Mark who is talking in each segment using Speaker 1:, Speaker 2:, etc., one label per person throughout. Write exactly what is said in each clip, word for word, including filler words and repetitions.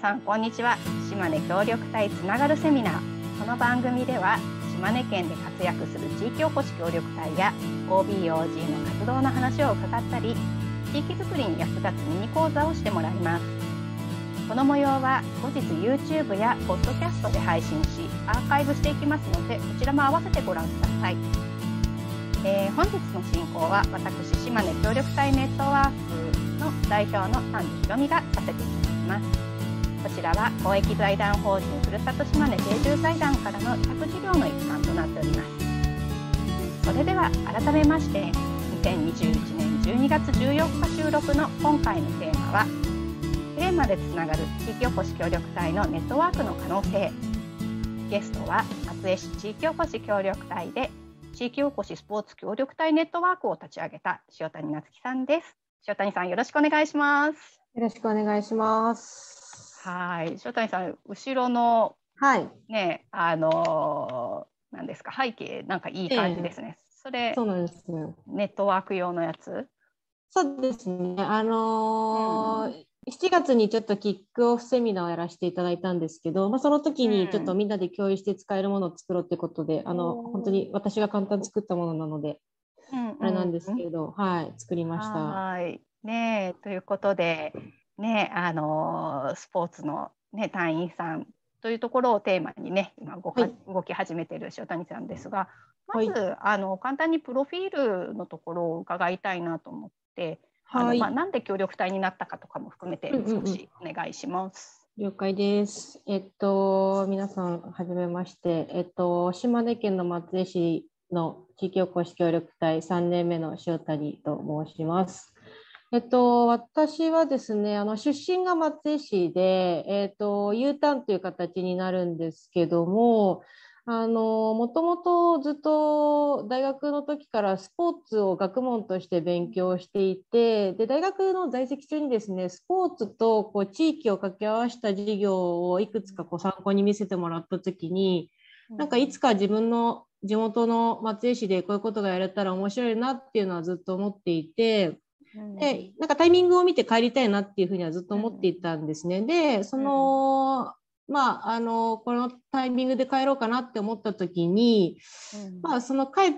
Speaker 1: さんこんにちは。島根協力隊つながるセミナー。この番組では島根県で活躍する地域おこし協力隊や オービーオージー の活動の話を伺ったり、地域づくりに役立つミニ講座をしてもらいます。この模様は後日 YouTube や Podcast で配信しアーカイブしていきますので、こちらも合わせてご覧ください。えー、本日の進行は私島根協力隊ネットワークの代表の丹治ひろみがさせていただきます。こちらは公益財団法人ふるさと島根定住財団からの委託事業の一環となっております。それでは改めまして、にせんにじゅういちねんじゅうにがつじゅうよっか収録の今回のテーマは、テーマでつながる地域おこし協力隊のネットワークの可能性。ゲストは松江市地域おこし協力隊で地域おこしスポーツ協力隊ネットワークを立ち上げた塩谷夏樹さんです。塩谷さん、よろしくお願いします。
Speaker 2: よろしくお願いします。
Speaker 1: はい、塩谷さん、後ろの、
Speaker 2: はい、
Speaker 1: ね、あのー、なんですか、背景なんかいい感じですね。えー、それ、
Speaker 2: そうなんですよ。
Speaker 1: ネットワーク用のやつ？
Speaker 2: そうですね。あのーうん、しちがつにちょっとキックオフセミナーをやらせていただいたんですけど、まあ、その時にちょっとみんなで共有して使えるものを作ろうってことで、うん、あの本当に私が簡単に作ったものなので、うん、あれなんですけど、はい、作りました。
Speaker 1: はいね、ということで、ね、あのスポーツの、ね、隊員さんというところをテーマにね、今動か、はい、動き始めている塩谷さんですが、まず、はい、あの簡単にプロフィールのところを伺いたいなと思って、はい、あのまあ、なんで協力隊になったかとかも含めて少しお願いします。
Speaker 2: うんうんうん、了解です。えっと、皆さんはじめまして、えっと、島根県の松江市の地域おこし協力隊さんねんめの塩谷と申します。えっと、私はですね、あの出身が松江市で、えっと、U ターンという形になるんですけども、あのもともとずっと大学の時からスポーツを学問として勉強していて、で大学の在籍中にですね、スポーツとこう地域を掛け合わせた授業をいくつかこう参考に見せてもらった時に、なんかいつか自分の地元の松江市でこういうことがやれたら面白いなっていうのはずっと思っていて、でなんかタイミングを見て帰りたいなっていうふうにはずっと思っていたんですね。でそのまあ、あのこのタイミングで帰ろうかなって思った時に、うんまあ、その帰って、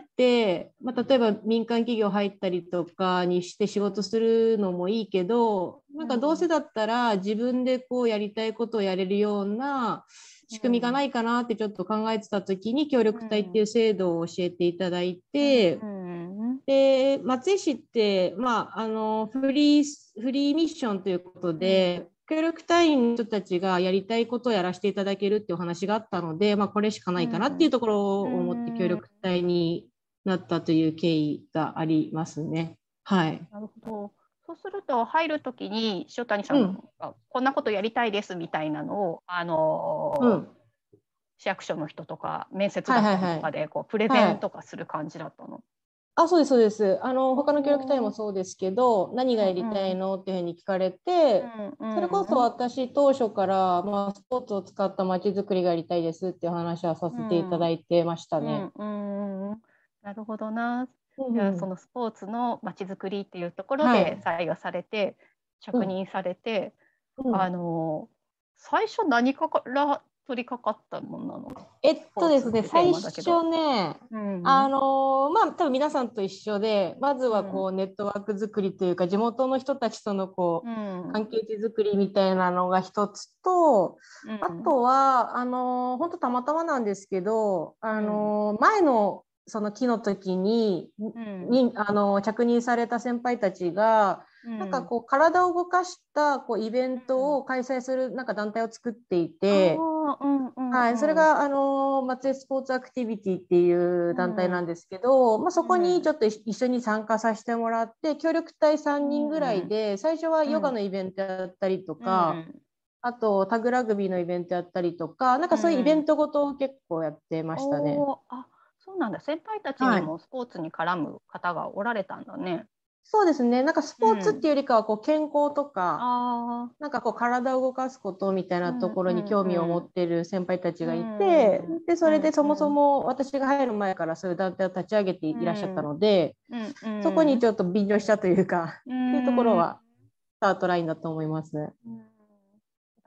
Speaker 2: まあ、例えば民間企業入ったりとかにして仕事するのもいいけど、なんかどうせだったら自分でこうやりたいことをやれるような仕組みがないかなってちょっと考えてた時に協力隊っていう制度を教えていただいて、うんで松江市って、まあ、あのフリー、フリーミッションということで、うん協力隊員の人たちがやりたいことをやらせていただけるっていうお話があったので、まあ、これしかないかなっていうところを思って協力隊になったという経緯がありますね。はい。
Speaker 1: なるほど。そうすると入るときに塩谷さんがこんなことやりたいですみたいなのを、あのーうん、市役所の人とか面接官とかでこうプレゼンとかする感じだったの？はいはいはい
Speaker 2: あ、そうです、そうです。あの、他の協力隊もそうですけど、何がやりたいのっていうふうに聞かれて、うんうん、それこそ私当初から、まあ、スポーツを使った街づくりがやりたいですっていう話はさせていただいてましたね。
Speaker 1: うんうんうん、なるほどな。うん、じゃあそのスポーツの街づくりっていうところで採用されて、はい、着任されて、うん、あの最初何から取り掛かったものなの？
Speaker 2: えっとですね、最初ね、うんうん、あのまあ多分皆さんと一緒で、まずはこう、うん、ネットワーク作りというか地元の人たちとのこう、うん、関係値作りみたいなのが一つと、うん、あとはあの本当たまたまなんですけど、あの前のその期の時に、うん、にあの着任された先輩たちが、うん、なんかこう体を動かしたこうイベントを開催するなんか団体を作っていて、うんうんうん、はい、それがあの松江スポーツアクティビティっていう団体なんですけど、うんまあ、そこにちょっと一緒に参加させてもらって協力隊さんにんぐらいで、最初はヨガのイベントやったりとか、うん、あとタグラグビーのイベントやったりとか、なんかそういうイベントごとを結構やってましたね。
Speaker 1: うん、あ、そうなんだ。先輩たちにもスポーツに絡む方がおられたんだね。はい、
Speaker 2: そうですね。なんかスポーツっていうよりかはこう健康とか、うん、なんかこう体を動かすことみたいなところに興味を持っている先輩たちがいて、うんうん、でそれでそもそも私が入る前からそういう団体を立ち上げていらっしゃったので、うんうん、そこにちょっと便乗したというか、うん、っていうところはスタートラインだと思います。うん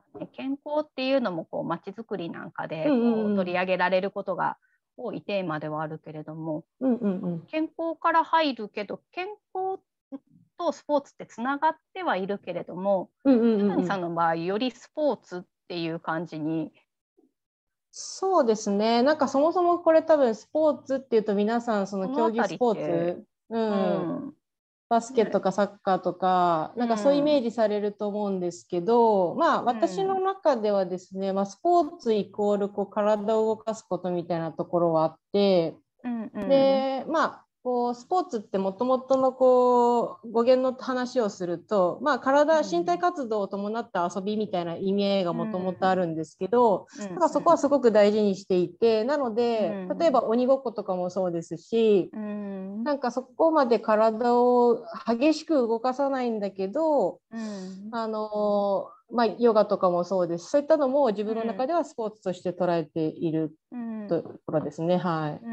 Speaker 1: 健康っていうのもこう街づくりなんかでこ
Speaker 2: うんうんうん
Speaker 1: う取り上げられることが多いテーマではあるけれども、
Speaker 2: うんうんうん。
Speaker 1: 健康から入るけど健康とスポーツってつながってはいるけれども、
Speaker 2: うんうんうん
Speaker 1: 谷
Speaker 2: うん。
Speaker 1: さんの場合よりスポーツっていう感じに。
Speaker 2: そうですね。なんかそもそもこれ多分スポーツっていうと皆さんその
Speaker 1: この
Speaker 2: 競技スポー
Speaker 1: 辺りって、
Speaker 2: ツ、う
Speaker 1: う
Speaker 2: ん、
Speaker 1: ん、
Speaker 2: バスケと
Speaker 1: ね、
Speaker 2: かサッカーとか、
Speaker 1: う
Speaker 2: なんかそういうイメー
Speaker 1: ん、
Speaker 2: ジされると思うんですけど、まあ
Speaker 1: う
Speaker 2: 私の
Speaker 1: ん、
Speaker 2: 中ではですね、まあ、スポーツイコールこう体を動かすことみたいなところはあって、
Speaker 1: うん、うん、
Speaker 2: で、まあ、こうスポーツってもともとのこう語源の話をすると、まあ、体、身体
Speaker 1: うん、
Speaker 2: 活動を伴った遊びみたいな意味合いが
Speaker 1: う
Speaker 2: もともとある
Speaker 1: ん、
Speaker 2: んですけど、
Speaker 1: うん、
Speaker 2: だからそこはすごく大事にしていて、なの
Speaker 1: う
Speaker 2: で、例えば
Speaker 1: ん、
Speaker 2: 鬼ごっことかもそうですし、
Speaker 1: うん、
Speaker 2: なんかそこまで体を激しく動かさないんだけど、
Speaker 1: うん、
Speaker 2: あのまあ、ヨガとかもそうです。そういったのも自分の
Speaker 1: うん、
Speaker 2: 中ではスポーツとして捉えている
Speaker 1: うん、
Speaker 2: ところですね。はい。
Speaker 1: うん、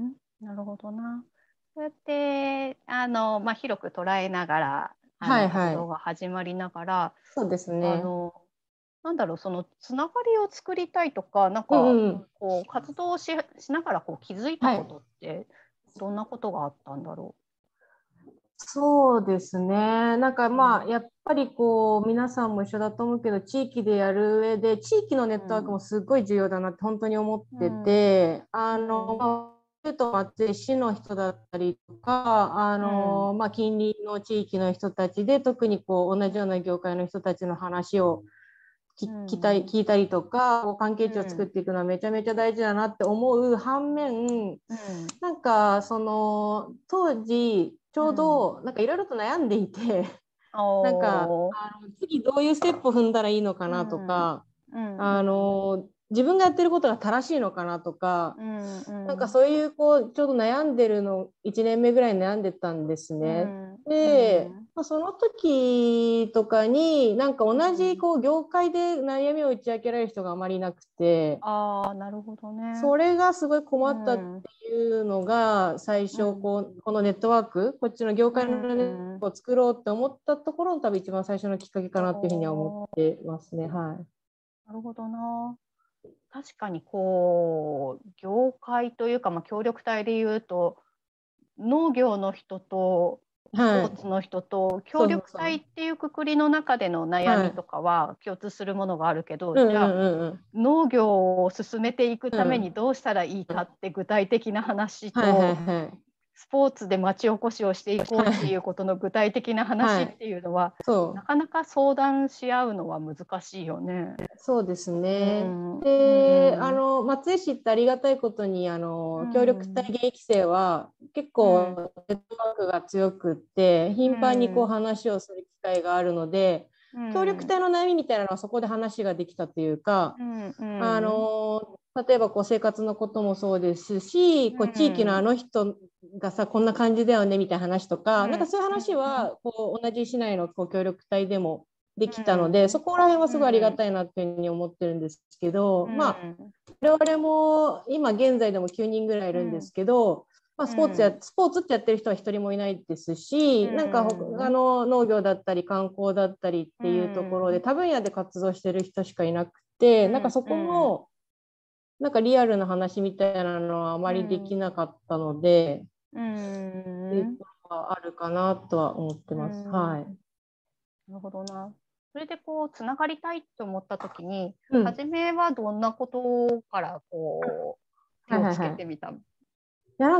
Speaker 1: なるほどな。そうやってあの、まあ、広く捉えながらあの活
Speaker 2: はいはい。
Speaker 1: 動が始まりながら、
Speaker 2: そうですね。
Speaker 1: あのなんだろう、そのつながりを作りたいとか、なん
Speaker 2: うん
Speaker 1: か
Speaker 2: うん。
Speaker 1: こう活動をし、しながらこう気づいた
Speaker 2: はい。
Speaker 1: ことってどんなことがあったんだろ
Speaker 2: そうですね。なんか
Speaker 1: う。うん、
Speaker 2: まあ、やっぱりこう、皆さんも一緒だと思うけど、地域でやる上で、地域のネットワークもすごい重要だなって本当に思って
Speaker 1: うん、
Speaker 2: て、あ
Speaker 1: う
Speaker 2: の、
Speaker 1: ん、
Speaker 2: まあ州と松江市の人だったりとか、あ
Speaker 1: うん、
Speaker 2: の、まあ、近隣の地域の人たちで、特にこう、同じような業界の人たちの話を
Speaker 1: う
Speaker 2: 聞きたい、
Speaker 1: ん、
Speaker 2: 聞いたりとか、こう関係値を作っ
Speaker 1: うん、
Speaker 2: ていくのはめちゃめちゃ大事だなって思う反面、
Speaker 1: うん、
Speaker 2: なんかその当時ちょう
Speaker 1: うん、
Speaker 2: どなんかいろいろと悩んでいて、なんか
Speaker 1: おー、
Speaker 2: あの次どういうステップを踏んだらいいのかなと
Speaker 1: うん、うん、
Speaker 2: か、
Speaker 1: う
Speaker 2: あ
Speaker 1: ん、
Speaker 2: の自分がやってることが正しいのかなとか、
Speaker 1: うん、うん、
Speaker 2: なんかそういうこうちょうど悩んでるのいちねんめぐらいに悩んでたんですね。
Speaker 1: うん、う
Speaker 2: で、
Speaker 1: ん、
Speaker 2: まあ、その時とかになんか同じこう業界で悩みを打ち明けられる人があまりいなくて、
Speaker 1: ああ、なるほどね。
Speaker 2: それがすごい
Speaker 1: う
Speaker 2: 困ったって
Speaker 1: ん、
Speaker 2: いうのが最
Speaker 1: うん、
Speaker 2: 初こうこのネットワークこっちの業
Speaker 1: う
Speaker 2: 界のネットワー
Speaker 1: ん、
Speaker 2: クを作ろうって思ったところの多分一番最初のきっかけかなっていうふうには思っ
Speaker 1: おー、
Speaker 2: てますね。はい。
Speaker 1: なるほどな。確かにこう業界というか、まあ、協力隊でいうと農業の人とスポ
Speaker 2: はい。
Speaker 1: ーツの人と協
Speaker 2: そうそう
Speaker 1: 力
Speaker 2: そう。
Speaker 1: 隊っていうくくりの中での悩
Speaker 2: はい。
Speaker 1: みとかは共通するものがあるけど、
Speaker 2: うんう
Speaker 1: じゃあ
Speaker 2: んうんうん。
Speaker 1: 農業を進めていくために
Speaker 2: うん。
Speaker 1: どうしたらいいかって具体的な話
Speaker 2: はいはい
Speaker 1: と、
Speaker 2: はい。
Speaker 1: スポーツで町おこしをしていこうっていう
Speaker 2: はい。
Speaker 1: ことの具体的な話っ
Speaker 2: はい。
Speaker 1: ていうのはな
Speaker 2: そう。
Speaker 1: かなか相談し合うのは難しいよね。
Speaker 2: そうです
Speaker 1: う
Speaker 2: ね。
Speaker 1: ん、う
Speaker 2: で、あ
Speaker 1: ん、
Speaker 2: の松江市ってありがたいことにあ
Speaker 1: う
Speaker 2: の協力隊
Speaker 1: ん、
Speaker 2: 現役生は結
Speaker 1: うん、
Speaker 2: 構ネットワークが強くって
Speaker 1: う
Speaker 2: 頻繁にこう
Speaker 1: ん、
Speaker 2: 話をする機会があるので、
Speaker 1: う
Speaker 2: 協力
Speaker 1: ん、
Speaker 2: 隊の悩みみたいなのはそこで話ができたというか、
Speaker 1: うん、う
Speaker 2: あ
Speaker 1: ん、
Speaker 2: の例えばこう生活のこともそうですし、
Speaker 1: う
Speaker 2: こう地域のあ
Speaker 1: ん、
Speaker 2: の人がさこんな感じだよねみたいな話とか、なんか
Speaker 1: うん、
Speaker 2: そういう話はこう同じ市内のこう協力隊でもできたので、そ
Speaker 1: うん、
Speaker 2: こら辺は
Speaker 1: う
Speaker 2: すごいありが
Speaker 1: ん、
Speaker 2: たいなっていうふうに思ってるんですけど、
Speaker 1: う
Speaker 2: まあ
Speaker 1: ん、
Speaker 2: 我々も今現在でもきゅうにんぐらいい
Speaker 1: うん、
Speaker 2: るんですけど、まあ、
Speaker 1: う
Speaker 2: スポーツや
Speaker 1: ん、
Speaker 2: スポーツってやってる人は一人もいないです
Speaker 1: う
Speaker 2: し、なんか他
Speaker 1: ん、
Speaker 2: の農業だったり観光だったりっ
Speaker 1: う
Speaker 2: ていうところで
Speaker 1: ん、
Speaker 2: 多分野で活動してる人しかいなくて、なんかそ
Speaker 1: うん、
Speaker 2: こもなんかリアルな話みたいなのはあまりできなかったので、
Speaker 1: うん、
Speaker 2: っていうところはあるかなとは思って
Speaker 1: う
Speaker 2: ます。
Speaker 1: ん、
Speaker 2: はい。
Speaker 1: なるほどな。それでこうつながりたいと思った時に、
Speaker 2: うん。
Speaker 1: 初めはどんなことからこう手をつけ
Speaker 2: はいはいはい。
Speaker 1: てみた？
Speaker 2: いやな
Speaker 1: うん、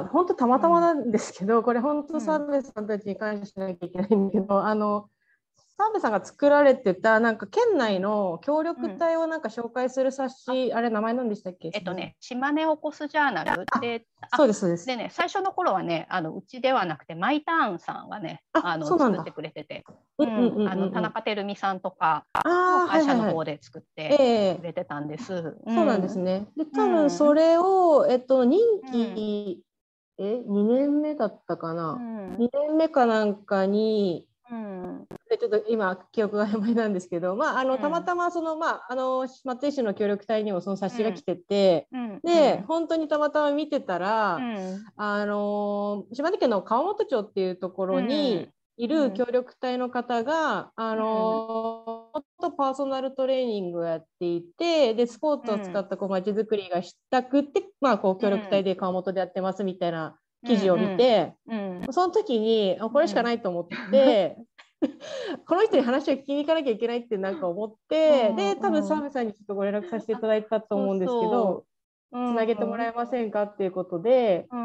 Speaker 2: んか本当たまたま
Speaker 1: うん、
Speaker 2: なんですけど、これ本当澤
Speaker 1: うん、
Speaker 2: 部さんたちに感謝しなきゃいけないんだけど、あの澤部さんが作られてたなんか県内
Speaker 1: うん、
Speaker 2: の協
Speaker 1: うん。
Speaker 2: 力隊をなんか紹介する冊
Speaker 1: あ、
Speaker 2: 子、あれ名前何でしたっけ？すみません。
Speaker 1: えっとね、島根おこすジャーナル
Speaker 2: あ、
Speaker 1: で、あ、
Speaker 2: そうですそうです。
Speaker 1: でね、最初の頃はね、あのうちではなくて、マイターンさんがね、あ
Speaker 2: あ、
Speaker 1: の作って
Speaker 2: そうなんだ。
Speaker 1: くれてて、
Speaker 2: うんうん
Speaker 1: うん、あの田
Speaker 2: うんうんうん。
Speaker 1: 中照美さんとかの
Speaker 2: ああ、は
Speaker 1: 会社の
Speaker 2: いはいはい。
Speaker 1: 方で作っ
Speaker 2: え
Speaker 1: てく
Speaker 2: え、
Speaker 1: れてたんです。う
Speaker 2: そうなんです
Speaker 1: ん、
Speaker 2: ね。で、
Speaker 1: う
Speaker 2: 多分そ
Speaker 1: ん、
Speaker 2: れを、えっと、任
Speaker 1: うん、
Speaker 2: 期、え、にねんめだったか
Speaker 1: う
Speaker 2: な。
Speaker 1: ん、
Speaker 2: にねんめかなんかに、
Speaker 1: うん、
Speaker 2: でちょっと今、記憶が曖昧なんですけど、まあ、あのたま
Speaker 1: うん、
Speaker 2: たまその、まあ、あの松江市の協力隊にもその冊
Speaker 1: うん、
Speaker 2: 子が来てて、
Speaker 1: うん、う
Speaker 2: で、
Speaker 1: ん、
Speaker 2: 本当にたまたま見てた
Speaker 1: う
Speaker 2: ら、
Speaker 1: ん、
Speaker 2: あの島根県の川本町っていうところ
Speaker 1: うん、
Speaker 2: にい
Speaker 1: うん、
Speaker 2: る協力隊の方が、あ
Speaker 1: うん、
Speaker 2: の元のパーソナルトレーニングをやっていて、でスポーツを使ったこう街づくりがしたくって、まあ、こう協力隊で川本でやってますみたいな記事を見て、
Speaker 1: うんうん、
Speaker 2: その時にこれしかないと思って。うんこの人に話を聞きに行かなきゃいけないってなんか思って、うん、で多分澤部さんにちょっとご連絡させていただいたと思うんですけど、つなげてもらえませんかっていうことで、うん、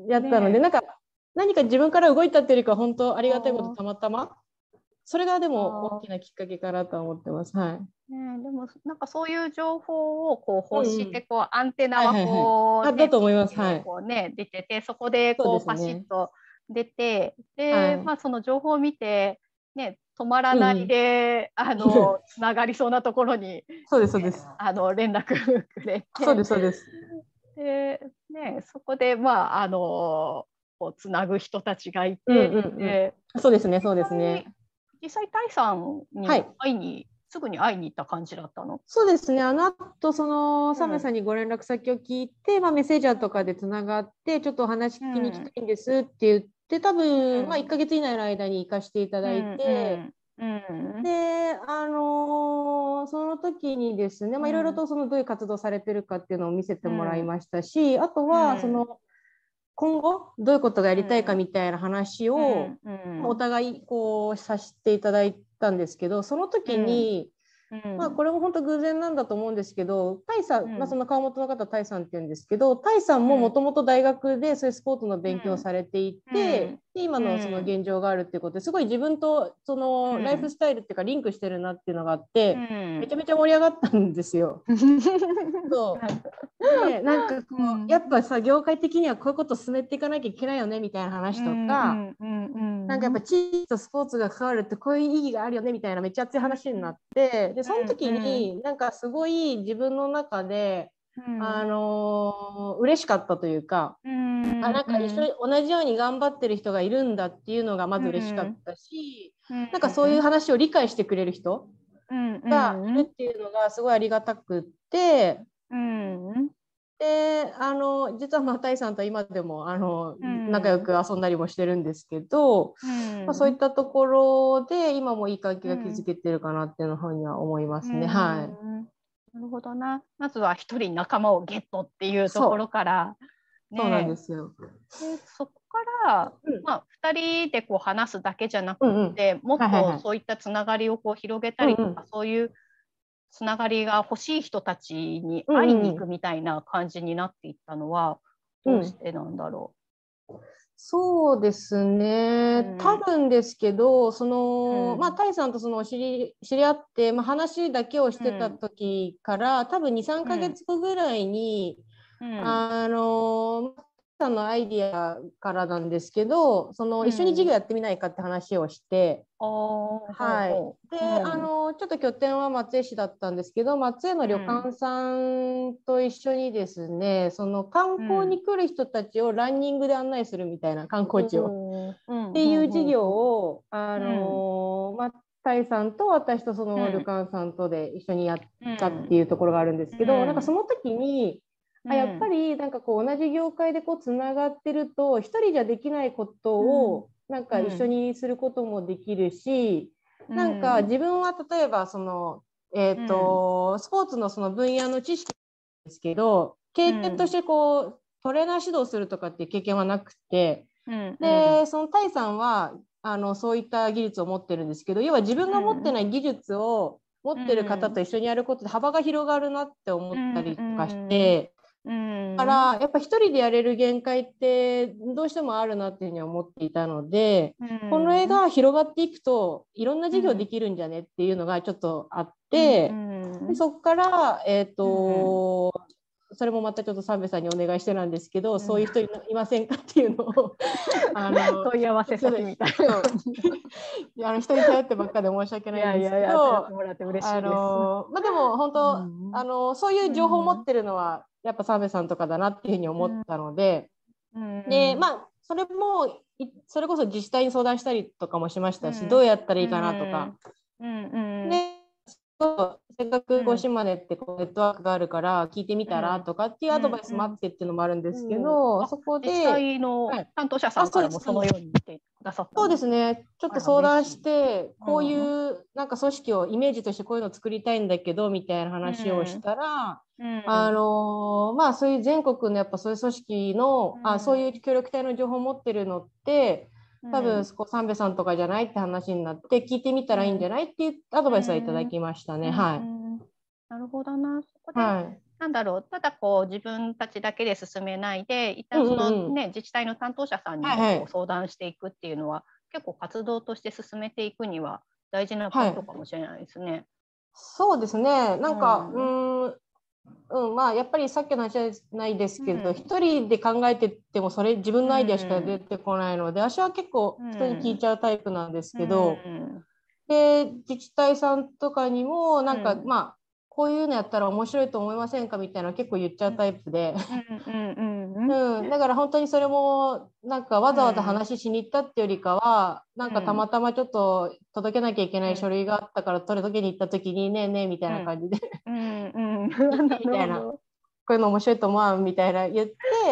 Speaker 2: やったので、ね、なんか何か自分から動いたっていうよりか本当ありがたいことたまたまそれがでも大きなきっかけかなと思ってます。はい。
Speaker 1: ね、でもなんかそういう情報をこう欲してこう、うん、アンテナはこう、ね、
Speaker 2: だと思います。はい。
Speaker 1: こうね出てて、そこでこうパシッと出て、で、はい、まあその情報を見てね止まらないで、うん、あのつながりそうなところに
Speaker 2: そうですそうです。
Speaker 1: あの連絡くれて、
Speaker 2: そうですそうです。
Speaker 1: でねそこでまああのこうつなぐ人たちがいて、
Speaker 2: うんうんうん、そうですねそうですね。
Speaker 1: 実際タイさんに会いに、はいすぐに会いに行った感じだったの？
Speaker 2: そうですね。あの後その澤部さんにご連絡先を聞いて、うんまあ、メッセージャーとかでつながってちょっとお話聞きに行きたいんですって言って、うん、多分、まあ、いっかげつ以内の間に行かせていただいて、うんうん、であのー、その時にですね、まあ、いろいろとそのどういう活動されてるかっていうのを見せてもらいましたし、うん、あとはその今後どういうことがやりたいかみたいな話をお互いこうさせていただいたんですけど、その時に、うんまあ、これも本当偶然なんだと思うんですけど、タイさん、うんまあ、その川本の方タイさんって言うんですけど、タイさんももともと大学でそういうスポーツの勉強をされていて、うん、で今のその現状があるっていうことですごい自分とそのライフスタイルっていうかリンクしてるなっていうのがあって、うん、めちゃめちゃ盛り上がったんですよ。そうでなんかこう、うん、やっぱさ業界的にはこういうこと進めていかなきゃいけないよねみたいな話とか、うんうんうん、なんかやっぱ地域とスポーツが関わるってこういう意義があるよねみたいなめっちゃ熱い話になって、でその時になんかすごい自分の中で、うん、あのー、嬉しかったというか、うん、あなんか一緒に同じように頑張ってる人がいるんだっていうのがまず嬉しかったし、うん、なんかそういう話を理解してくれる人がいるっていうのがすごいありがたくって。うんであの実はまあタイさんと今でもあの、うん、仲良く遊んだりもしてるんですけど、うんまあ、そういったところで今もいい関係が築けてるかなっていうふうには思いますね。うん、はい。
Speaker 1: なるほどな。まずは一人仲間をゲットっていうところから、
Speaker 2: ね、そうなんですよ。
Speaker 1: でそこから、うんまあ、ふたりでこう話すだけじゃなくて、うんうん、もっとそういったつながりをこう広げたりとか、うんうん、そういうつながりが欲しい人たちに会いに行くみたいな感じになっていったのはどうしてなんだろう？
Speaker 2: うん、そうですね、うん、多分ですけどその、うんまあ、タイさんとその知り、知り合って、まあ、話だけをしてた時から、うん、多分にさんかげつごぐらいに、うん、あのさんのアイディアからなんですけどその、うん、一緒に授業やってみないかって話をして、はい、で、うん、あのちょっと拠点は松江市だったんですけど松江の旅館さんと一緒にですね、うん、その観光に来る人たちをランニングで案内するみたいな観光地を、うん、っていう事業を、あのまあ、タイさんと私とその旅館さんとで一緒にやったっていうところがあるんですけど、なんかその時にあやっぱりなんかこう同じ業界でこうつながってると一人じゃできないことをなんか一緒にすることもできるし、うん、なんか自分は例えばその、えーとうん、スポーツのその分野の知識ですけど経験としてこう、うん、トレーナー指導するとかっていう経験はなくて、うん、でそのタイさんはあのそういった技術を持ってるんですけど要は自分が持ってない技術を持ってる方と一緒にやることで幅が広がるなって思ったりとかして。だからやっぱ一人でやれる限界ってどうしてもあるなっていうふうに思っていたので、うん、この絵が広がっていくといろんな授業できるんじゃねっていうのがちょっとあって、うん、でそこから、えーとうん、それもまたちょっと澤部さんにお願いしてなんですけど、うん、そういう人いませんかっていうのを
Speaker 1: あの問い合わせ先みたいな
Speaker 2: あの人に頼ってばっかで申し訳ないんですけど、いやいやいや頼ってもらって嬉しいです。あの、まあ、でも本当、うん、あのそういう情報を持ってるのは、やっぱ澤部さんとかだなっていうふうに思ったので、うん、でまあそれもそれこそ自治体に相談したりとかもしましたし、うん、どうやったらいいかなとか、うんうん、でせっかくこう島根ってこうネットワークがあるから聞いてみたらとかっていうアドバイスもあってっていうのもあるんですけど、うんうん、そこで
Speaker 1: 自治体の担当者さんからもそのように言ってださったの？
Speaker 2: そうですね、ちょっと相談して、こういうなんか組織をイメージとしてこういうのを作りたいんだけどみたいな話をしたら、
Speaker 1: うん、
Speaker 2: あのまあそういう全国のやっぱそういう組織の、
Speaker 1: うん、
Speaker 2: あ、そういう協力隊の情報を持ってるのって、多分
Speaker 1: うん、
Speaker 2: そこ三瓶さんとかじゃないって話になって、聞いてみたらいいんじゃないっていうアドバイスはいただきましたね。
Speaker 1: うん、
Speaker 2: はい。
Speaker 1: うん、なるほどな。そこで、
Speaker 2: はい。
Speaker 1: なんだろう、ただこう自分たちだけで進めないで、一
Speaker 2: うん
Speaker 1: 旦その
Speaker 2: うんうん。
Speaker 1: ね、自治体の担当者さんに
Speaker 2: はいはい。
Speaker 1: もこう相談していくっていうのは、結構活動として進めていくには大事なポイント
Speaker 2: はい。
Speaker 1: かもしれないですね。
Speaker 2: そうですね。
Speaker 1: う
Speaker 2: なんか、う
Speaker 1: ん。
Speaker 2: ーん、うん、まあやっぱりさっきの話じゃないですけど、
Speaker 1: うん。
Speaker 2: 一人で考えてってもそれ自分
Speaker 1: う
Speaker 2: のアイデアしか出
Speaker 1: ん。
Speaker 2: てこないので、私は結構
Speaker 1: う
Speaker 2: 人に聞い
Speaker 1: ん。
Speaker 2: ちゃうタイプなんです
Speaker 1: う
Speaker 2: けど、
Speaker 1: ん。
Speaker 2: で、自治体さんとかにも、なんか、
Speaker 1: うん。
Speaker 2: まあ、こういうのやったら面白いと思いませんかみたいなの結構言っちゃうタイプで、
Speaker 1: うん。うん。うん。
Speaker 2: うん、だから本当にそれも、なんかわざわざ
Speaker 1: うん。
Speaker 2: 話しに行ったってよりかは、なんかたまたまちょっと届けなきゃいけない書類があったから届けに行った時に、ねえねえみたい
Speaker 1: うん。
Speaker 2: な感じで
Speaker 1: うん。うん。
Speaker 2: 聞いて
Speaker 1: な
Speaker 2: みたいな、
Speaker 1: るほど。
Speaker 2: こういうの面白いと思わんみたいな言って、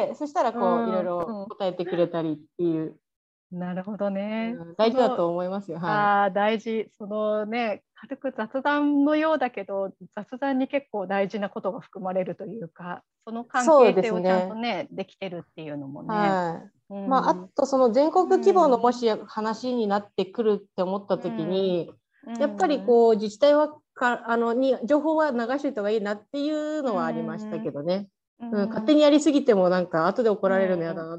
Speaker 2: そしたら
Speaker 1: う
Speaker 2: こういろい
Speaker 1: ん。
Speaker 2: ろ答えてくれたりっていう、
Speaker 1: なるほどね。
Speaker 2: うん、大事だ
Speaker 1: その、
Speaker 2: と思いますよ。はい。
Speaker 1: ああ、大事。そのね、軽く雑談のようだけど、雑談に結構大事なことが含まれるというか、その関
Speaker 2: そうで
Speaker 1: 係性をちゃんと
Speaker 2: すね。
Speaker 1: ね、できてるっていうのもね。
Speaker 2: はい。
Speaker 1: う
Speaker 2: まあ、あ
Speaker 1: ん。
Speaker 2: とその全国
Speaker 1: う
Speaker 2: 規模のも
Speaker 1: ん。
Speaker 2: し話になってくるって思った
Speaker 1: う
Speaker 2: 時
Speaker 1: ん。
Speaker 2: に、
Speaker 1: う
Speaker 2: やっぱり
Speaker 1: ん。
Speaker 2: こう自治体はかあのに情報は流しておいた方がいいなっていう
Speaker 1: う
Speaker 2: のはありました
Speaker 1: ん。
Speaker 2: けどね。うん、勝
Speaker 1: うん。
Speaker 2: 手にやりすぎてもなんか後で怒
Speaker 1: う
Speaker 2: られるの嫌だ
Speaker 1: ん。
Speaker 2: なって。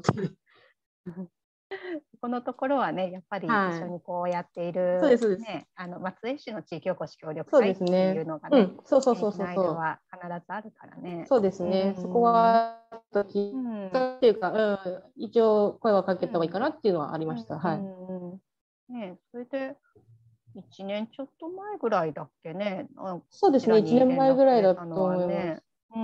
Speaker 1: このところはね、やっぱり一緒
Speaker 2: はい。
Speaker 1: にこうやってい
Speaker 2: そうです、
Speaker 1: る、
Speaker 2: そうです。
Speaker 1: ね、あの松江市の地域おこし協力
Speaker 2: そうです
Speaker 1: 隊ってい
Speaker 2: ね。
Speaker 1: うのがね、
Speaker 2: うん、そうそうそう
Speaker 1: 地域の間
Speaker 2: そうそう。
Speaker 1: は必ずあるからね。
Speaker 2: そうです
Speaker 1: う
Speaker 2: ね。そこ
Speaker 1: ん。
Speaker 2: は、ちょっと聞い
Speaker 1: うん。
Speaker 2: たっていうか、うん、一応声はかけた方がいい
Speaker 1: うん。
Speaker 2: かなっていうのはあり
Speaker 1: うん。
Speaker 2: ました。はい。
Speaker 1: うん。ね、それでいちねんちょっと前ぐらいだっけね、あこち
Speaker 2: そうですね。1
Speaker 1: らに連
Speaker 2: 年前ぐらいだ
Speaker 1: 絡くれたの
Speaker 2: と思いま
Speaker 1: はね。
Speaker 2: す。
Speaker 1: うん。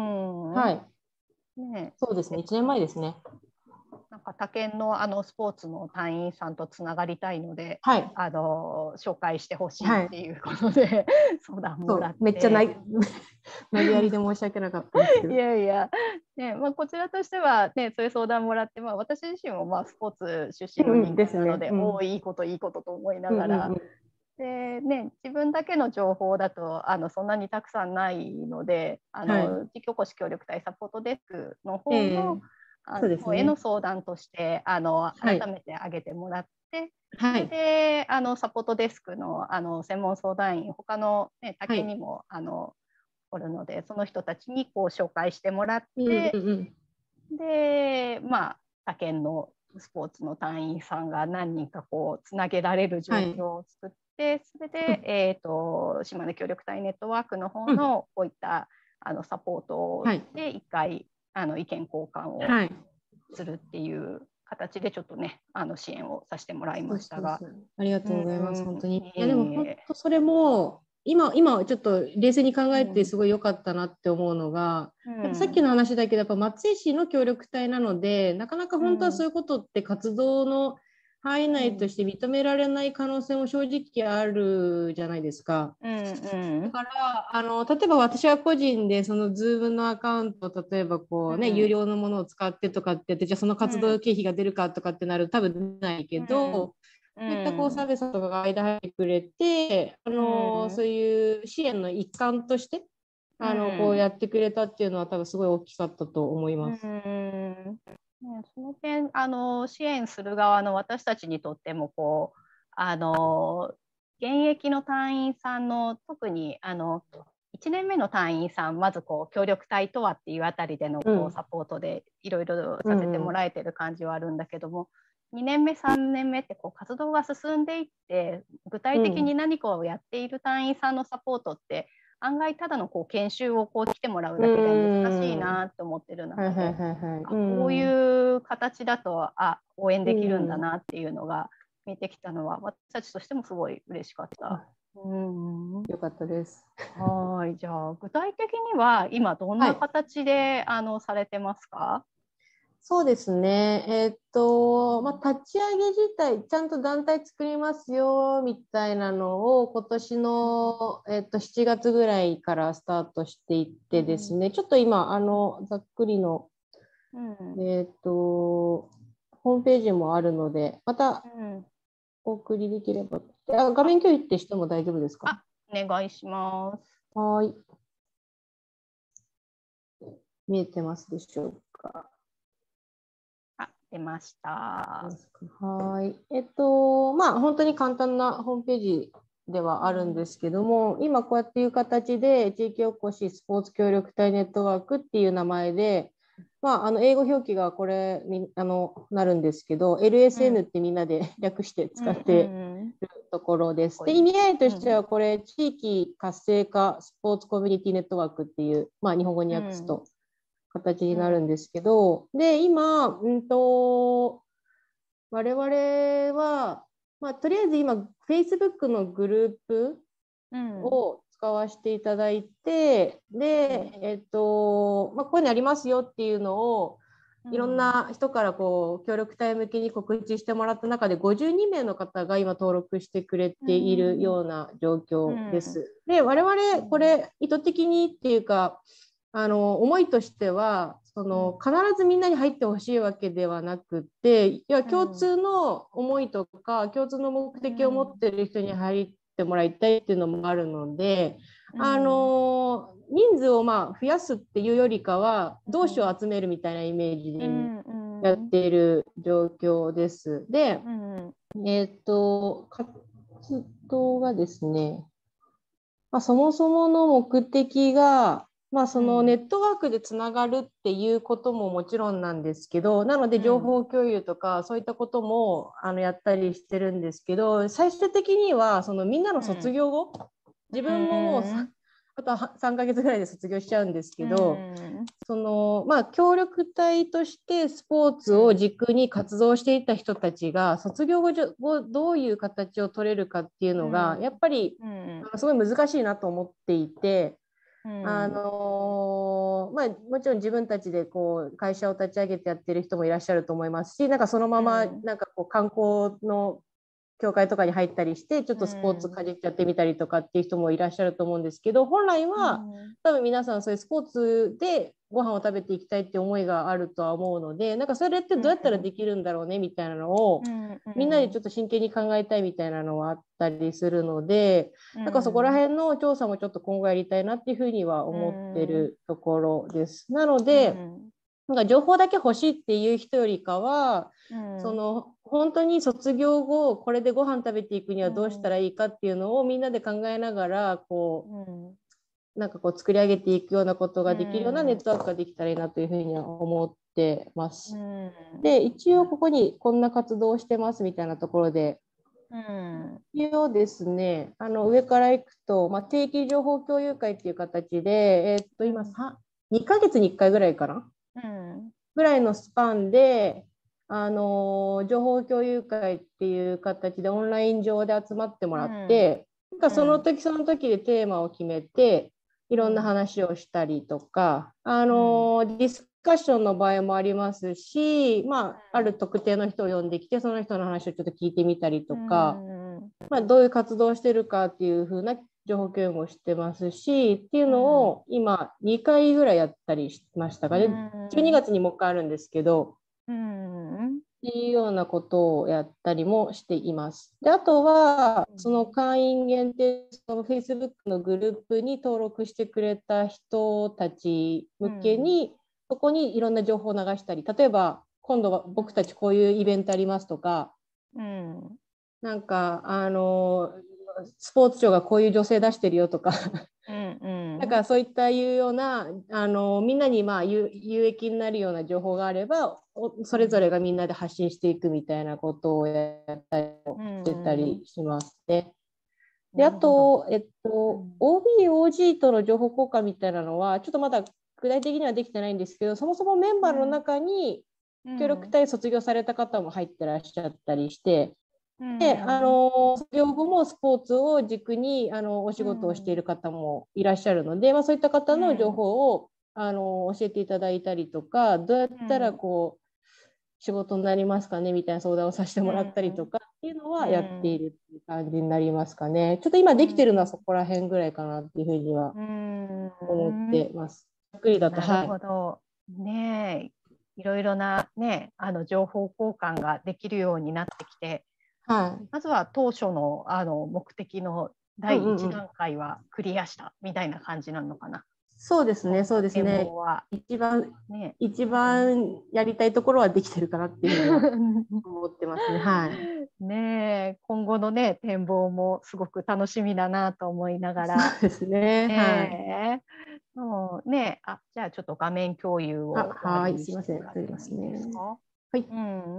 Speaker 2: はい。
Speaker 1: ね、
Speaker 2: そうですね。いちねんまえですね。
Speaker 1: なんか他県のあのスポーツの隊員さんとつながりたいので、
Speaker 2: はい。
Speaker 1: あの紹介してほしいっ
Speaker 2: はい。
Speaker 1: ていうことで相談もらっ
Speaker 2: そう、めっちゃな
Speaker 1: て。
Speaker 2: い投げやりで申し訳なかったんですけ
Speaker 1: い
Speaker 2: ど。
Speaker 1: やいや、ね、まあ、こちらとしては、ね、そういう相談もらって、まあ、私自身もまあスポーツ出身の
Speaker 2: うんうん
Speaker 1: 人
Speaker 2: ですね。
Speaker 1: 間なので、
Speaker 2: うん。
Speaker 1: おお、いいこと、いいことと思いながら、
Speaker 2: うんうんうん。
Speaker 1: でね、自分だけの情報だとあのそんなにたくさんないので、あ
Speaker 2: はい。
Speaker 1: の地域おこし協力隊サポートデスクの
Speaker 2: え
Speaker 1: 方の、
Speaker 2: え、
Speaker 1: あ
Speaker 2: そうです
Speaker 1: のへの
Speaker 2: ね。
Speaker 1: 相談としてあの
Speaker 2: はい。
Speaker 1: 改めて挙げてもらって、それ
Speaker 2: はい。
Speaker 1: であのサポートデスクのあの専門相談員、他の、ね、他
Speaker 2: はい。
Speaker 1: 県にもあのおるので、その人たちにこう紹介してもらっ
Speaker 2: うんうん
Speaker 1: て、
Speaker 2: うん。
Speaker 1: で、まあ、他県のスポーツの隊員さんが何人かこうつなげられる
Speaker 2: はい。
Speaker 1: 状況を作って、それで、
Speaker 2: うん。
Speaker 1: えーと、島根協力隊ネットワークの方
Speaker 2: うん。
Speaker 1: のこういったあのサポート
Speaker 2: はい。
Speaker 1: で一回あの意見交換を
Speaker 2: はい。
Speaker 1: するっていう形でちょっとね、あの支援をさせてもらい
Speaker 2: そう
Speaker 1: ましたが、
Speaker 2: そうそう。ありが
Speaker 1: う
Speaker 2: とうございます。本
Speaker 1: ん、
Speaker 2: 当に。いや、でも本
Speaker 1: え
Speaker 2: 当それも、今、今ちょっと冷静に考
Speaker 1: ー、
Speaker 2: えて
Speaker 1: うん、
Speaker 2: すごい良かったなって思うのが、
Speaker 1: う
Speaker 2: やっぱさっき
Speaker 1: ん、
Speaker 2: の話だけど、やっぱ松江市の協力隊なので、なかなか
Speaker 1: うん、
Speaker 2: 本当はそういうことって活動の範囲
Speaker 1: うん、
Speaker 2: 内として認められない可能性も正直あるじゃないですか。
Speaker 1: うん、うん、
Speaker 2: だから、あの、例えば私は個人で、その Zoom のアカウントを、例えばこうね、有
Speaker 1: うん、
Speaker 2: 料のものを使ってとかってやって、じゃあその活動
Speaker 1: うん、
Speaker 2: 経費が出るかとかってなると多分出ないけ
Speaker 1: うん、
Speaker 2: ど、
Speaker 1: う
Speaker 2: そういったこう、
Speaker 1: ん、
Speaker 2: サービスとかが間入ってくれて、あ
Speaker 1: う
Speaker 2: の、
Speaker 1: ん、
Speaker 2: そういう支援の一環として、
Speaker 1: う
Speaker 2: あの、こう
Speaker 1: ん、
Speaker 2: やってくれたっていうのは多分すごい大きかったと思い
Speaker 1: う
Speaker 2: ます。
Speaker 1: ん、ね、その点、あの、支援する側の私たちにとっても、こう、あの、現役の隊員さんの、特に、あの、いちねんめの隊員さん、まずこう協力隊とはっていうあたりでの
Speaker 2: うん。
Speaker 1: こうサポートでいろいろさせて
Speaker 2: うんうん。
Speaker 1: もらえてる感じはあるんだけども、にねんめ、さんねんめってこう活動が進んでいって、具体的に
Speaker 2: うん。
Speaker 1: 何かをやっている隊員さんのサポートって、案外ただのこう研修をこう来てもらう
Speaker 2: う
Speaker 1: だけでは難しい
Speaker 2: ん。
Speaker 1: なと思ってる中で、
Speaker 2: はいはいはいはい。
Speaker 1: あ、
Speaker 2: う
Speaker 1: こう
Speaker 2: ん。
Speaker 1: いう形だとあ応援
Speaker 2: う
Speaker 1: できるんだ
Speaker 2: ん。
Speaker 1: なっていうのが見えてきたのは私たちとしてもすごい嬉しかった。
Speaker 2: あ、
Speaker 1: うん、
Speaker 2: よかったです。
Speaker 1: はい、じゃあ具体的には今どんな
Speaker 2: はい。
Speaker 1: 形であのされてますか？
Speaker 2: そうですね。えーっと、まあ、立ち上げ自体、ちゃんと団体作りますよ、みたいなのを、今年の、えーっと、しちがつぐらいからスタートしていってですね、ちょっと今、あの、ざっくりの、
Speaker 1: うん、
Speaker 2: えーっと、ホームページもあるので、また、
Speaker 1: うん、
Speaker 2: お送りできれば。あ、画面共有ってしても大丈夫ですか？
Speaker 1: あ、お願いします。
Speaker 2: はい。見えてますでしょうか？
Speaker 1: あ、出ました。
Speaker 2: はい。えっと、まあ、本当に簡単なホームページではあるんですけども、うん、今こうやっていう形で地域おこしスポーツ協力隊ネットワークっていう名前で、まあ、あの英語表記がこれにあのなるんですけど、エルエスエヌ ってみんなで略して使っているところです。で、意味合いとしては、これ、地域活性化スポーツコミュニティネットワークっていう、まあ、日本語に訳すと形になるんですけど、うん、で、今、うんと、我々は、まあ、とりあえず今、Facebook のグループを使わせていただいて、うん、で、えっと、まあ、こういうのありますよっていうのを、いろんな人からこう協力隊向けに告知してもらった中でごじゅうにめいの方が今登録してくれているような状況です。うん、で、我々これ意図的にっていうか、あの思いとしてはその必ずみんなに入ってほしいわけではなくて、いや共通の思いとか共通の目的を持っている人に入ってもらいたいっていうのもあるので、あの人数をまあ増やすっていうよりかは同志を集めるみたいなイメージでやっている状況です。で、えっと活動がですね、まあ、そもそもの目的がまあ、そのネットワークでつながるっていうことももちろんなんですけど、なので情報共有とかそういったこともあのやったりしてるんですけど、最終的にはそのみんなの卒業後、自分ももうあとはさんかげつぐらいで卒業しちゃうんですけど、そのまあ協力隊としてスポーツを軸に活動していた人たちが卒業後どういう形を取れるかっていうのがやっぱりすごい難しいなと思っていて。あのーまあ、もちろん自分たちでこう会社を立ち上げてやってる人もいらっしゃると思いますし、なんかそのままなんかこう観光の協会とかに入ったりしてちょっとスポーツかじっちゃってみたりとかっていう人もいらっしゃると思うんですけど、本来は多分皆さんそういうスポーツでご飯を食べていきたいって思いがあるとは思うので、なんかそれってどうやったらできるんだろうねみたいなのをみんなでちょっと真剣に考えたいみたいなのはあったりするので、なんかそこら辺の調査もちょっと今後やりたいなっていうふうには思ってるところです。なので、なんか情報だけ欲しいっていう人よりかは、うん、その本当に卒業後これでご飯食べていくにはどうしたらいいかっていうのをみんなで考えながらこう、うん、なんかこう作り上げていくようなことができるようなネットワークができたらいいなというふうには思ってます。うん、で、一応ここにこんな活動をしてますみたいなところで、うん、一応ですね、あの上からいくと、まあ、定期情報共有会っていう形で、えー、っと今、うん、にかげつにいっかいぐらいかな。うん、ぐらいのスパンで、あのー、情報共有会っていう形でオンライン上で集まってもらって、うん、なんかその時その時でテーマを決めていろんな話をしたりとか、うん、あのー、ディスカッションの場合もありますし、まあ、ある特定の人を呼んできてその人の話をちょっと聞いてみたりとか、うん、まあ、どういう活動をしてるかっていう風な情報共有もしてますしっていうのを今にかいぐらいやったりしましたかね、うん、じゅうにがつにもう一回あるんですけど、うん、っていうようなことをやったりもしています。であとはその会員限定その Facebook のグループに登録してくれた人たち向けに、うん、そこにいろんな情報を流したり、例えば今度は僕たちこういうイベントありますとか、うん、なんかあのスポーツ庁がこういう女性出してるよとかうんうん、なんかそういったいうようなあのみんなにまあ有益になるような情報があればそれぞれがみんなで発信していくみたいなことをやったりしてたりしますね。うん、であと、えっと、オービー、オージー との情報交換みたいなのはちょっとまだ具体的にはできてないんですけど、そもそもメンバーの中に協力隊卒業された方も入ってらっしゃったりして、であの卒業後もスポーツを軸にあのお仕事をしている方もいらっしゃるので、まあ、そういった方の情報をあの教えていただいたりとか、どうやったらこう仕事になりますかねみたいな相談をさせてもらったりとかっていうのはやっているっていう感じになりますかね。ちょっと今できてるのはそこら辺ぐらいかなっていうふうには思ってます。ざっくりだと。
Speaker 1: なるほど、はい、ねえ、いろいろな、ね、あの情報交換ができるようになってきて、
Speaker 2: はい、
Speaker 1: まずは当初の、あの目的のだいいち段階はクリアしたみたいな感じなのかな。
Speaker 2: そうですね、そうです
Speaker 1: 展
Speaker 2: ね。
Speaker 1: 望は
Speaker 2: 一番、
Speaker 1: ね、
Speaker 2: 一番やりたいところはできてるかなっていうふうには思ってますね。はい。
Speaker 1: ねえ、今後のね、展望もすごく楽しみだなと思いながら、
Speaker 2: そうですね。はい。
Speaker 1: ねえ、もうね、あ、じゃあちょっと画面共有
Speaker 2: あ、
Speaker 1: を終わ
Speaker 2: はい。
Speaker 1: りに
Speaker 2: すいません。
Speaker 1: してもらっ
Speaker 2: 取り
Speaker 1: てもいいで
Speaker 2: ますね。
Speaker 1: すか？
Speaker 2: はい。
Speaker 1: うん。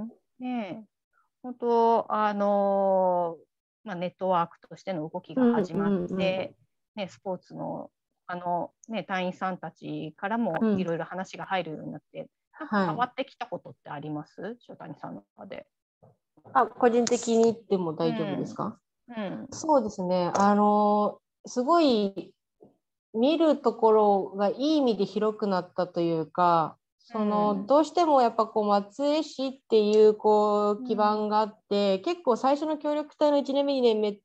Speaker 1: ねえ、本当、あのまあ、ネットワークとしての動きが
Speaker 2: うん
Speaker 1: 始まっ
Speaker 2: うんうん。
Speaker 1: て、ね、スポーツの、あの、ね、隊員さんたちからも
Speaker 2: うん。
Speaker 1: いろいろ話が入るようになって、なんか
Speaker 2: はい。
Speaker 1: 変わってきたことってあります？塩谷さんの中で。
Speaker 2: あ、個人的に言っても
Speaker 1: う
Speaker 2: 大丈夫です
Speaker 1: ん。
Speaker 2: か？
Speaker 1: うん。
Speaker 2: そうですね。あの、すごい見るところがいい意味で広くなったというか、
Speaker 1: う
Speaker 2: その
Speaker 1: ん。
Speaker 2: どうしてもやっぱこう松江市っていうこう基
Speaker 1: うん。
Speaker 2: 盤があって、結構最初の協力隊のいちねんめにねんめって、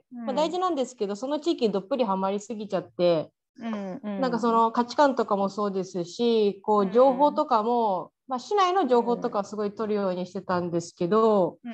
Speaker 2: まあ、大
Speaker 1: うん。
Speaker 2: 事なんですけど、その地域にどっぷりはまりすぎちゃって、
Speaker 1: うん。うん。
Speaker 2: なんかその価値観とかもそうですし、こ
Speaker 1: う
Speaker 2: う情報
Speaker 1: ん。
Speaker 2: とかも、まあ、市内の情報とかはすごい取るようにしてたんですけど、
Speaker 1: うん。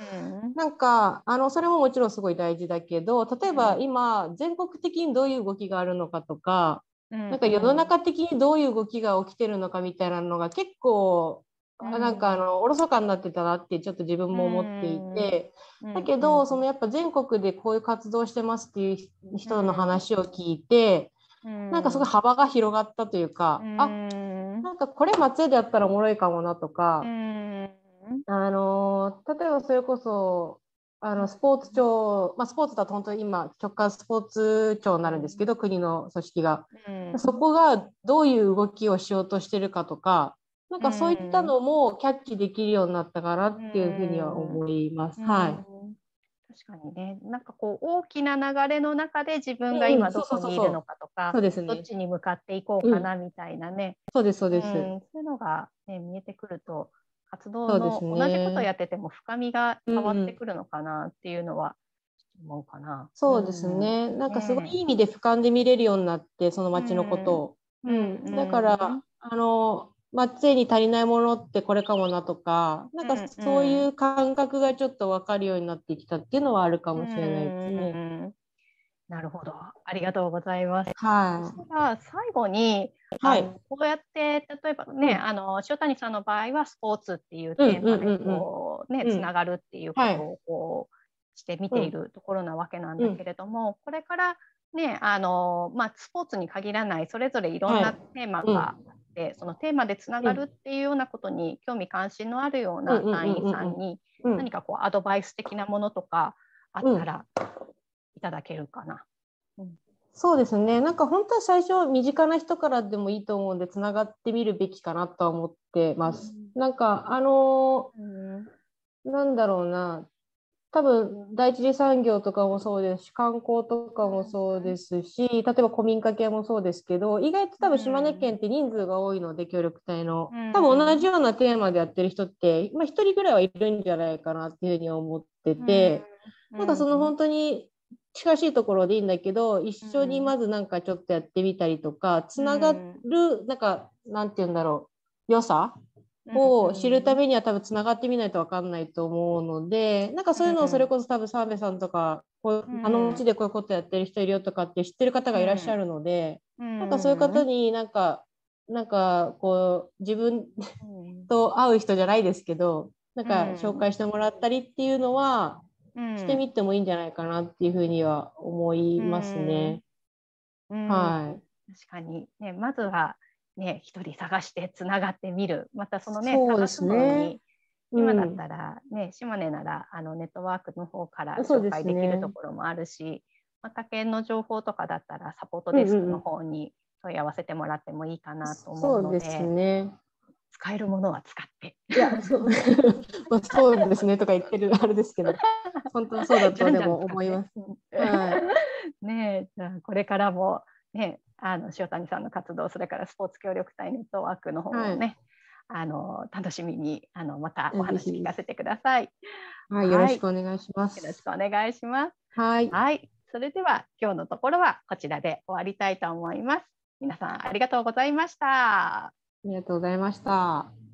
Speaker 2: なんかあのそれももちろんすごい大事だけど、例えば
Speaker 1: うん。
Speaker 2: 今全国的にどういう動きがあるのかとか、
Speaker 1: うん。
Speaker 2: なんか世の中的にどういう動きが起きてるのかみたいなのが結構
Speaker 1: う
Speaker 2: なんかあ
Speaker 1: ん。
Speaker 2: のおろそかになってたなってちょっと自分
Speaker 1: う
Speaker 2: も思ってい
Speaker 1: ん。
Speaker 2: て、
Speaker 1: うん。
Speaker 2: だけ
Speaker 1: うん。
Speaker 2: どそのやっぱ全国でこういう活動してますっていう
Speaker 1: う
Speaker 2: 人の
Speaker 1: ん。
Speaker 2: 話を聞いて、なんかすごい
Speaker 1: うん。
Speaker 2: 幅が広がったという
Speaker 1: う
Speaker 2: か、あ、
Speaker 1: ん。
Speaker 2: なんかこれ松江でやったらおもろいかもなと
Speaker 1: う
Speaker 2: か、
Speaker 1: ん。
Speaker 2: あの例えばそれこそあのスポーツ庁、まあ、スポーツだと本当に今直轄スポーツ庁になるんですけど、国の組織が
Speaker 1: うん。
Speaker 2: そこがどういう動きをしようとしてるかとか、なん
Speaker 1: う
Speaker 2: かそういった
Speaker 1: ん。
Speaker 2: のもキャッチできるようになったかな
Speaker 1: う
Speaker 2: っていうふうには
Speaker 1: ん。
Speaker 2: 思います。
Speaker 1: う
Speaker 2: はい。
Speaker 1: ん。確かにね、なんかこう大きな流れの中で自分が
Speaker 2: うんうん、
Speaker 1: 今
Speaker 2: そうそう
Speaker 1: どこにいるの
Speaker 2: そうそう。
Speaker 1: かとか、
Speaker 2: そうですね。
Speaker 1: どっちに向かっていこう
Speaker 2: うん。
Speaker 1: かなみたいなね、
Speaker 2: そうです、そう
Speaker 1: うん、
Speaker 2: です。
Speaker 1: そういうのが、ね、見えてくると、活動
Speaker 2: そうです
Speaker 1: の同じことを
Speaker 2: ね。
Speaker 1: やってても深みが
Speaker 2: う
Speaker 1: 変わって
Speaker 2: ん。
Speaker 1: くるのかなっていうのは思うかな。う
Speaker 2: そうです
Speaker 1: ん。
Speaker 2: ね。なんかすごいいい
Speaker 1: ね
Speaker 2: 意味で俯瞰で見れるようになって、その
Speaker 1: え。う
Speaker 2: 街のこと
Speaker 1: ん。
Speaker 2: を。
Speaker 1: う
Speaker 2: うん。だか
Speaker 1: ん。うん。
Speaker 2: ら、あの、街に足りないものってこれかもなとか、なんか
Speaker 1: う
Speaker 2: そうい
Speaker 1: ん。
Speaker 2: う感覚がちょっと分かるようになってきたっていうのはあるか
Speaker 1: う
Speaker 2: もしれないですね。
Speaker 1: ん。なるほど。ありがとうございます。そし
Speaker 2: は
Speaker 1: たら最後に、
Speaker 2: い。はい。
Speaker 1: あのこうやって例えばね、
Speaker 2: うん。
Speaker 1: あの塩谷さんの場合はスポーツっていう
Speaker 2: うんうん
Speaker 1: テーマで
Speaker 2: うんうん。
Speaker 1: こう、ね、つな
Speaker 2: うん。
Speaker 1: がるっていうこ
Speaker 2: はい。
Speaker 1: とをこうして見
Speaker 2: うん。
Speaker 1: ているところなわけなんだけ
Speaker 2: うん。
Speaker 1: れども、これからね、あのまあ、スポーツに限らないそれぞれいろん
Speaker 2: はい。
Speaker 1: なテーマ
Speaker 2: うん。
Speaker 1: があって、そのテーマでつな
Speaker 2: うん。
Speaker 1: がるっていうようなことに興味関心のあるよう
Speaker 2: うんうんうん
Speaker 1: な隊員
Speaker 2: うんうん。
Speaker 1: さんに
Speaker 2: うん。
Speaker 1: 何かこうアドバイス的なものとかあっ
Speaker 2: うん。
Speaker 1: たらいただけるかな。うん。
Speaker 2: そうですね。なんか本当は最初身近な人からでもいいと思うんで、つながってみるべきかなとは思ってます。なんか、あの
Speaker 1: うん。
Speaker 2: ーなんだろうな、多分第一次産業とかもそうですし、観光とかもそうですし、例えば古民家系もそうですけど、意外と
Speaker 1: う
Speaker 2: 多分島根
Speaker 1: ん。
Speaker 2: 県って人数が多いので、協力隊の。
Speaker 1: う
Speaker 2: 多分同じ
Speaker 1: ん。
Speaker 2: ようなテーマでやってる人って、まあ、一人ぐらいはいるんじゃないかなっていうふうに思って
Speaker 1: うん。
Speaker 2: て、
Speaker 1: う
Speaker 2: なんかその
Speaker 1: ん。
Speaker 2: 本当に近しいところでいいんだけど、一
Speaker 1: う
Speaker 2: 緒に
Speaker 1: ん。
Speaker 2: まずなんかちょっとやってみたりとか、つ
Speaker 1: う
Speaker 2: なが
Speaker 1: ん。
Speaker 2: る、なんか、なんて言うんだろう、良さ
Speaker 1: うん。
Speaker 2: を知るためには多分つながってみないと分かんないと思うので、なんかそういうのをそれこそ多分澤部さんとか、こう
Speaker 1: うん。
Speaker 2: あの町でこういうことやってる人いるよとかって知ってる方がいらっしゃるので、なんかそういう方になんか、なんかこう自分と会う人じゃないですけど、なんか紹介してもらったりっていうのはしてみてもいいんじゃないかなっていうふうには思いますね。
Speaker 1: うん。
Speaker 2: はい。
Speaker 1: 確かに、ね、まずは、ね、一人探してつながってみる。またそのね、
Speaker 2: そうで
Speaker 1: 探す
Speaker 2: すね。
Speaker 1: のに、
Speaker 2: う
Speaker 1: 今だっ
Speaker 2: ん。
Speaker 1: たら、ね、島根ならあのネットワークの方から
Speaker 2: そうで
Speaker 1: 紹介できると
Speaker 2: すね。
Speaker 1: ころもあるし、また県の情報とかだったらサポートデスクの
Speaker 2: うんうんうん。
Speaker 1: 方に問い合わせてもらってもいいかなと思う
Speaker 2: そうです
Speaker 1: ので、
Speaker 2: ね。
Speaker 1: 使えるものは使って。
Speaker 2: いや、そう、まあ、そうですねとか言ってるあれですけど、本当そうだ
Speaker 1: じゃんじゃん
Speaker 2: とでも
Speaker 1: 使って。
Speaker 2: 思います。はい。
Speaker 1: ねえ、じゃあこれからも、ね、あの塩谷さんの活動、それからスポーツ協力隊ネットワークの方
Speaker 2: はい。
Speaker 1: をね、あの楽しみにあのまたお
Speaker 2: ぜひぜひ。
Speaker 1: 話聞かせてください。
Speaker 2: はい。よろ
Speaker 1: はい、
Speaker 2: しくお願いしま
Speaker 1: よろしく
Speaker 2: す。
Speaker 1: お願いします。
Speaker 2: はい。
Speaker 1: はい、それでは今日のところはこちらで終わりたいと思います。皆さんありがとうございました。
Speaker 2: ありがとうございました。